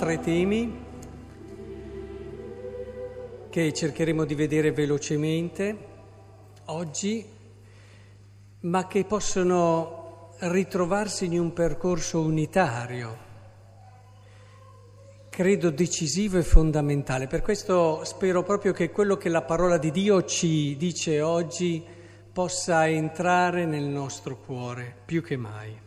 tre temi che cercheremo di vedere velocemente oggi, ma che possono ritrovarsi in un percorso unitario, credo decisivo e fondamentale. Per questo spero proprio che quello che la parola di Dio ci dice oggi possa entrare nel nostro cuore più che mai.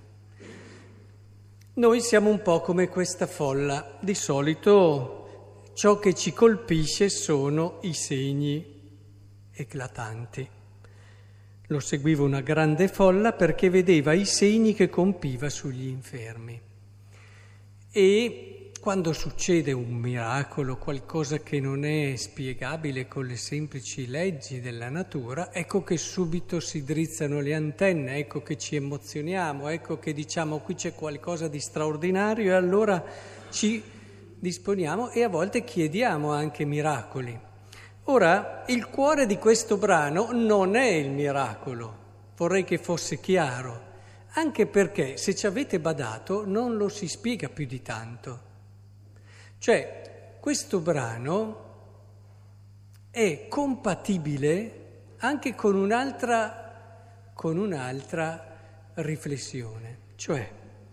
Noi siamo un po' come questa folla. Di solito ciò che ci colpisce sono i segni eclatanti. Lo seguiva una grande folla perché vedeva i segni che compiva sugli infermi. E quando succede un miracolo, qualcosa che non è spiegabile con le semplici leggi della natura, ecco che subito si drizzano le antenne, ecco che ci emozioniamo, ecco che diciamo qui c'è qualcosa di straordinario e allora ci disponiamo e a volte chiediamo anche miracoli. Ora, il cuore di questo brano non è il miracolo, vorrei che fosse chiaro, anche perché, se ci avete badato, non lo si spiega più di tanto. Cioè, questo brano è compatibile anche con un'altra riflessione. Cioè,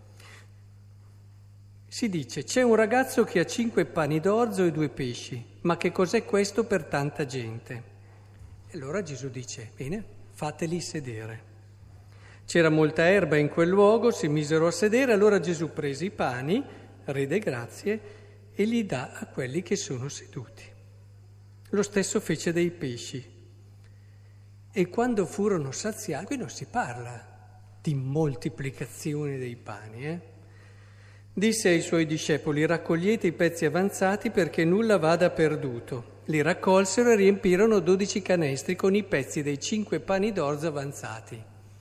si dice, c'è un ragazzo che ha 5 pani d'orzo e 2 pesci, ma che cos'è questo per tanta gente? E allora Gesù dice, bene, fateli sedere. C'era molta erba in quel luogo, si misero a sedere, allora Gesù prese i pani, rede grazie, e li dà a quelli che sono seduti. Lo stesso fece dei pesci. E quando furono saziati, qui non si parla di moltiplicazione dei pani, Disse ai suoi discepoli, raccogliete i pezzi avanzati perché nulla vada perduto. Li raccolsero e riempirono 12 canestri con i pezzi dei 5 pani d'orzo avanzati.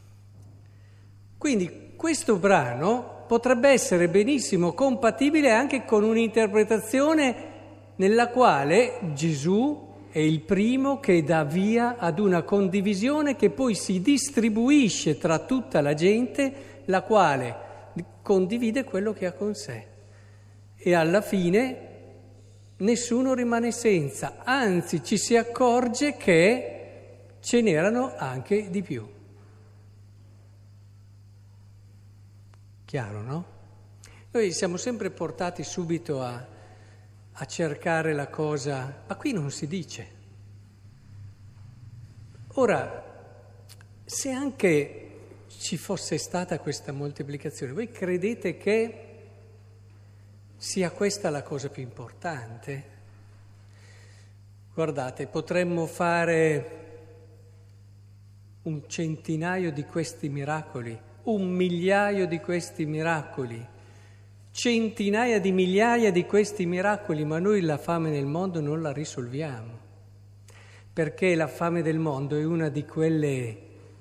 Quindi questo brano potrebbe essere benissimo compatibile anche con un'interpretazione nella quale Gesù è il primo che dà via ad una condivisione che poi si distribuisce tra tutta la gente, la quale condivide quello che ha con sé. E alla fine nessuno rimane senza, anzi ci si accorge che ce n'erano anche di più. Chiaro, no? Noi siamo sempre portati subito a cercare la cosa, ma qui non si dice. Ora, se anche ci fosse stata questa moltiplicazione, voi credete che sia questa la cosa più importante? Guardate, potremmo fare un centinaio di questi miracoli, 1.000.000 di questi miracoli, centinaia di migliaia di questi miracoli, ma noi la fame nel mondo non la risolviamo, perché la fame del mondo è una di quelle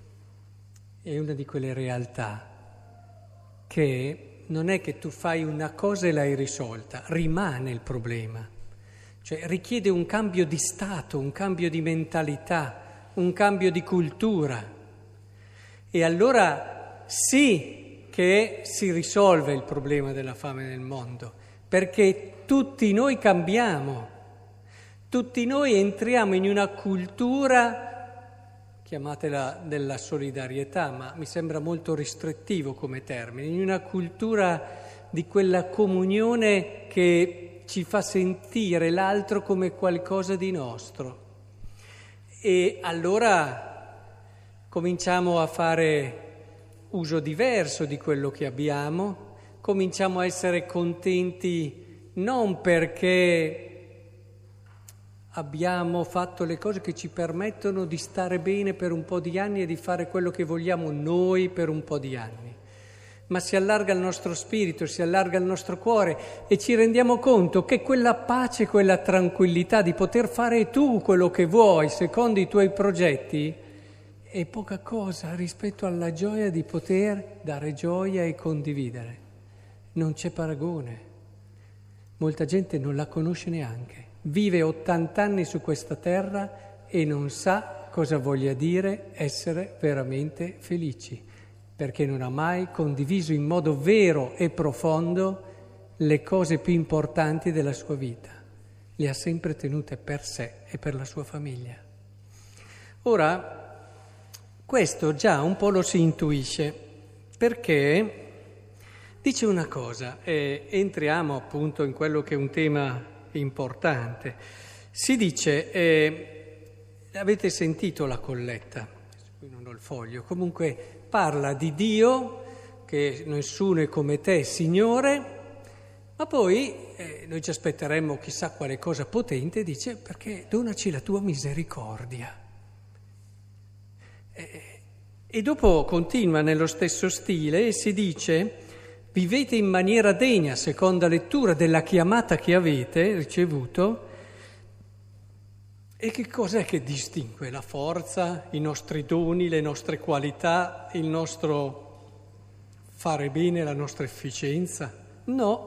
realtà che non è che tu fai una cosa e l'hai risolta, rimane il problema, cioè richiede un cambio di stato, un cambio di mentalità, un cambio di cultura e allora sì che si risolve il problema della fame nel mondo, perché tutti noi cambiamo, tutti noi entriamo in una cultura, chiamatela della solidarietà, ma mi sembra molto restrittivo come termine, in una cultura di quella comunione che ci fa sentire l'altro come qualcosa di nostro. E allora cominciamo a fare uso diverso di quello che abbiamo, cominciamo a essere contenti non perché abbiamo fatto le cose che ci permettono di stare bene per un po' di anni e di fare quello che vogliamo noi per un po' di anni, ma si allarga il nostro spirito, si allarga il nostro cuore e ci rendiamo conto che quella pace, quella tranquillità di poter fare tu quello che vuoi secondo i tuoi progetti è poca cosa rispetto alla gioia di poter dare gioia e condividere. Non c'è paragone. Molta gente non la conosce neanche. Vive 80 anni su questa terra e non sa cosa voglia dire essere veramente felici, perché non ha mai condiviso in modo vero e profondo le cose più importanti della sua vita, le ha sempre tenute per sé e per la sua famiglia. Ora, questo già un po' lo si intuisce, perché dice una cosa, e entriamo appunto in quello che è un tema importante. Si dice, avete sentito la colletta, qui non ho il foglio, comunque parla di Dio, che nessuno è come te, Signore, ma poi noi ci aspetteremmo chissà quale cosa potente, dice, perché donaci la tua misericordia. E dopo continua nello stesso stile e si dice, vivete in maniera degna, seconda lettura, della chiamata che avete ricevuto. E che cos'è che distingue la forza, i nostri doni, le nostre qualità, il nostro fare bene, la nostra efficienza? No.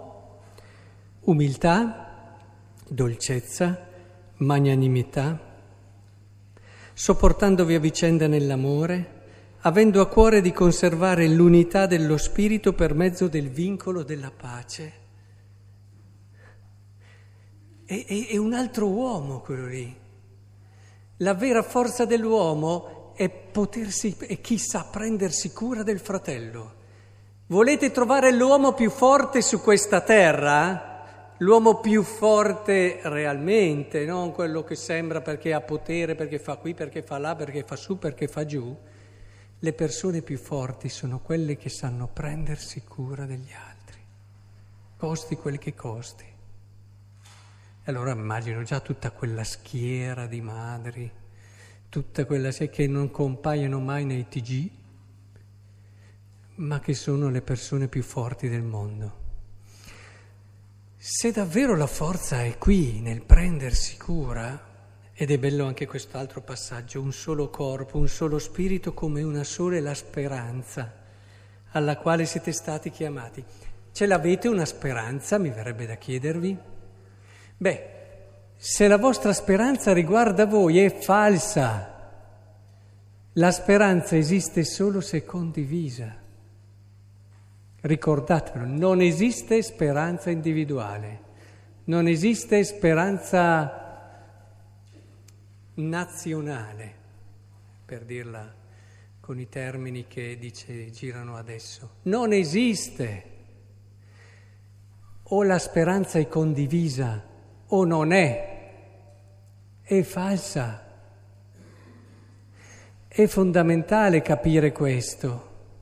Umiltà, dolcezza, magnanimità, sopportandovi a vicenda nell'amore, avendo a cuore di conservare l'unità dello spirito per mezzo del vincolo della pace. È un altro uomo quello lì. La vera forza dell'uomo è chi sa prendersi cura del fratello. Volete trovare l'uomo più forte su questa terra? L'uomo più forte realmente, non quello che sembra perché ha potere, perché fa qui, perché fa là, perché fa su, perché fa giù. Le persone più forti sono quelle che sanno prendersi cura degli altri, costi quel che costi. Allora immagino già tutta quella schiera di madri, tutta quella che non compaiono mai nei TG, ma che sono le persone più forti del mondo. Se davvero la forza è qui nel prendersi cura, ed è bello anche quest'altro passaggio, un solo corpo, un solo spirito come una sola è la speranza alla quale siete stati chiamati. Ce l'avete una speranza, mi verrebbe da chiedervi? Beh, se la vostra speranza riguarda voi è falsa. La speranza esiste solo se condivisa. Ricordatelo, non esiste speranza individuale, non esiste speranza nazionale, per dirla con i termini che girano adesso. Non esiste. O la speranza è condivisa o non è falsa. È fondamentale capire questo,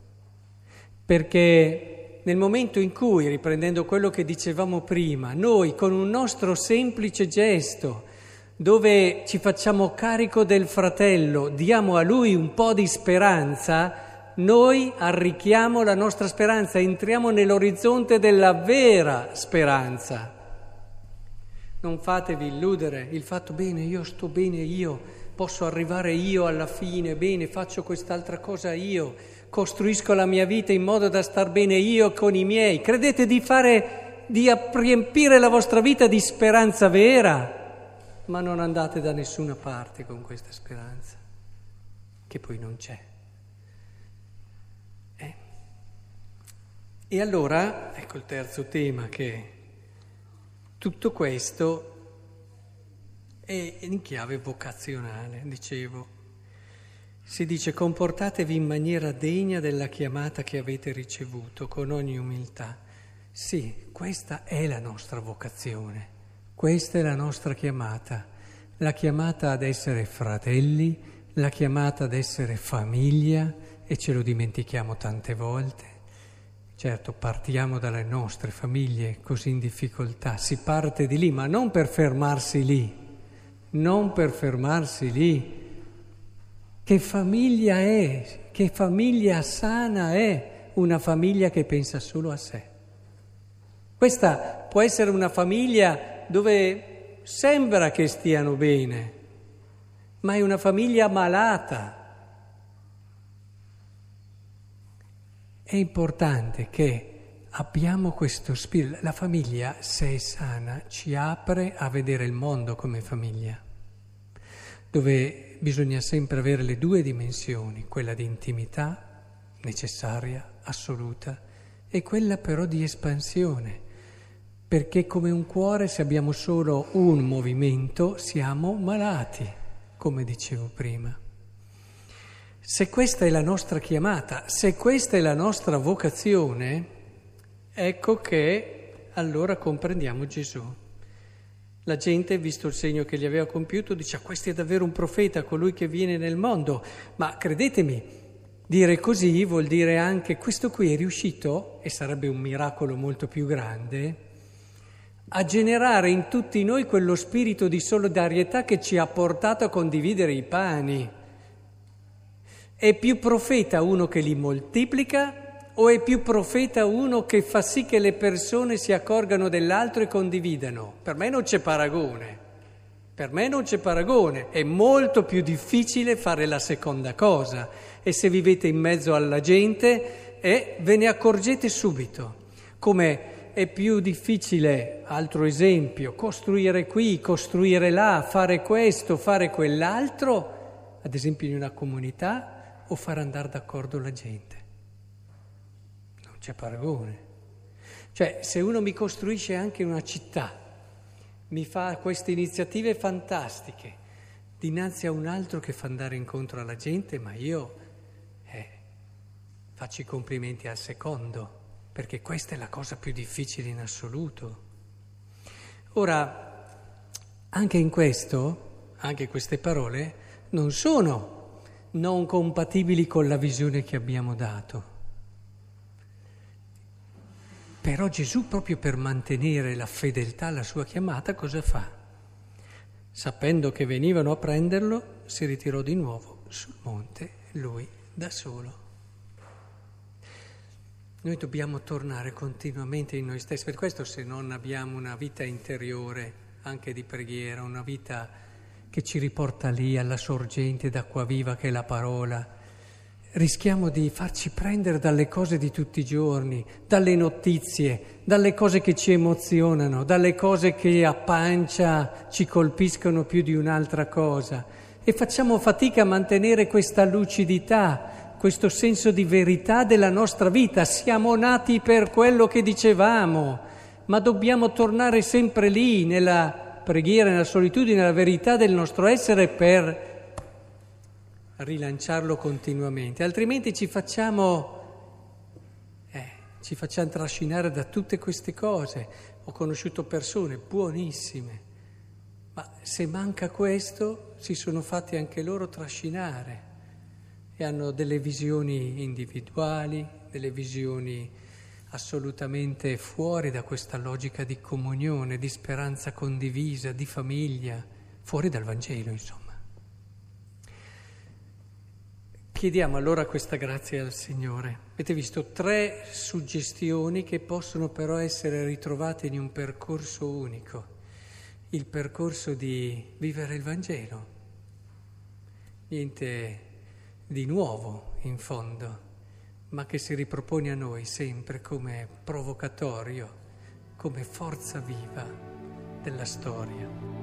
perché nel momento in cui, riprendendo quello che dicevamo prima, noi con un nostro semplice gesto, dove ci facciamo carico del fratello, diamo a lui un po' di speranza, noi arricchiamo la nostra speranza, entriamo nell'orizzonte della vera speranza. Non fatevi illudere il fatto, bene, io sto bene io, posso arrivare io alla fine, bene, faccio quest'altra cosa io, costruisco la mia vita in modo da star bene io con i miei. Credete di riempire la vostra vita di speranza vera? Ma non andate da nessuna parte con questa speranza, che poi non c'è. E allora, ecco il terzo tema, che tutto questo è in chiave vocazionale, dicevo. Si dice: comportatevi in maniera degna della chiamata che avete ricevuto, con ogni umiltà. Sì, questa è la nostra vocazione. Questa è la nostra chiamata, la chiamata ad essere fratelli, la chiamata ad essere famiglia, e ce lo dimentichiamo tante volte. Certo, partiamo dalle nostre famiglie così in difficoltà, si parte di lì, ma non per fermarsi lì, non per fermarsi lì. Che famiglia è, che famiglia sana è una famiglia che pensa solo a sé. Questa può essere una famiglia dove sembra che stiano bene, ma è una famiglia malata. È importante che abbiamo questo spirito. La famiglia, se è sana, ci apre a vedere il mondo come famiglia, dove bisogna sempre avere le due dimensioni, quella di intimità necessaria, assoluta, e quella però di espansione. Perché come un cuore, se abbiamo solo un movimento, siamo malati, come dicevo prima. Se questa è la nostra chiamata, se questa è la nostra vocazione, ecco che allora comprendiamo Gesù. La gente, visto il segno che gli aveva compiuto, dice: questo è davvero un profeta, colui che viene nel mondo. Ma credetemi, dire così vuol dire anche: questo qui è riuscito, e sarebbe un miracolo molto più grande, a generare in tutti noi quello spirito di solidarietà che ci ha portato a condividere i pani. È più profeta uno che li moltiplica o è più profeta uno che fa sì che le persone si accorgano dell'altro e condividano? Per me non c'è paragone. Per me non c'è paragone. È molto più difficile fare la seconda cosa. E se vivete in mezzo alla gente, ve ne accorgete subito. Come è più difficile, altro esempio, costruire qui, costruire là, fare questo, fare quell'altro, ad esempio in una comunità, o far andare d'accordo la gente. Non c'è paragone. Cioè, se uno mi costruisce anche una città, mi fa queste iniziative fantastiche, dinanzi a un altro che fa andare incontro alla gente, ma io faccio i complimenti al secondo, perché questa è la cosa più difficile in assoluto. Ora, anche in questo, anche queste parole non sono non compatibili con la visione che abbiamo dato. Però Gesù, proprio per mantenere la fedeltà alla sua chiamata, cosa fa? Sapendo che venivano a prenderlo, si ritirò di nuovo sul monte, lui da solo. Noi dobbiamo tornare continuamente in noi stessi, per questo se non abbiamo una vita interiore, anche di preghiera, una vita che ci riporta lì alla sorgente d'acqua viva che è la parola, rischiamo di farci prendere dalle cose di tutti i giorni, dalle notizie, dalle cose che ci emozionano, dalle cose che a pancia ci colpiscono più di un'altra cosa e facciamo fatica a mantenere questa lucidità, questo senso di verità della nostra vita. Siamo nati per quello che dicevamo, ma dobbiamo tornare sempre lì nella preghiera, nella solitudine, nella verità del nostro essere per rilanciarlo continuamente, altrimenti ci facciamo trascinare da tutte queste cose. Ho conosciuto persone buonissime, ma se manca questo si sono fatti anche loro trascinare e hanno delle visioni individuali, delle visioni assolutamente fuori da questa logica di comunione, di speranza condivisa, di famiglia, fuori dal Vangelo, insomma. Chiediamo allora questa grazia al Signore. Avete visto 3 suggestioni che possono però essere ritrovate in un percorso unico, il percorso di vivere il Vangelo. Niente di nuovo, in fondo, ma che si ripropone a noi sempre come provocatorio, come forza viva della storia.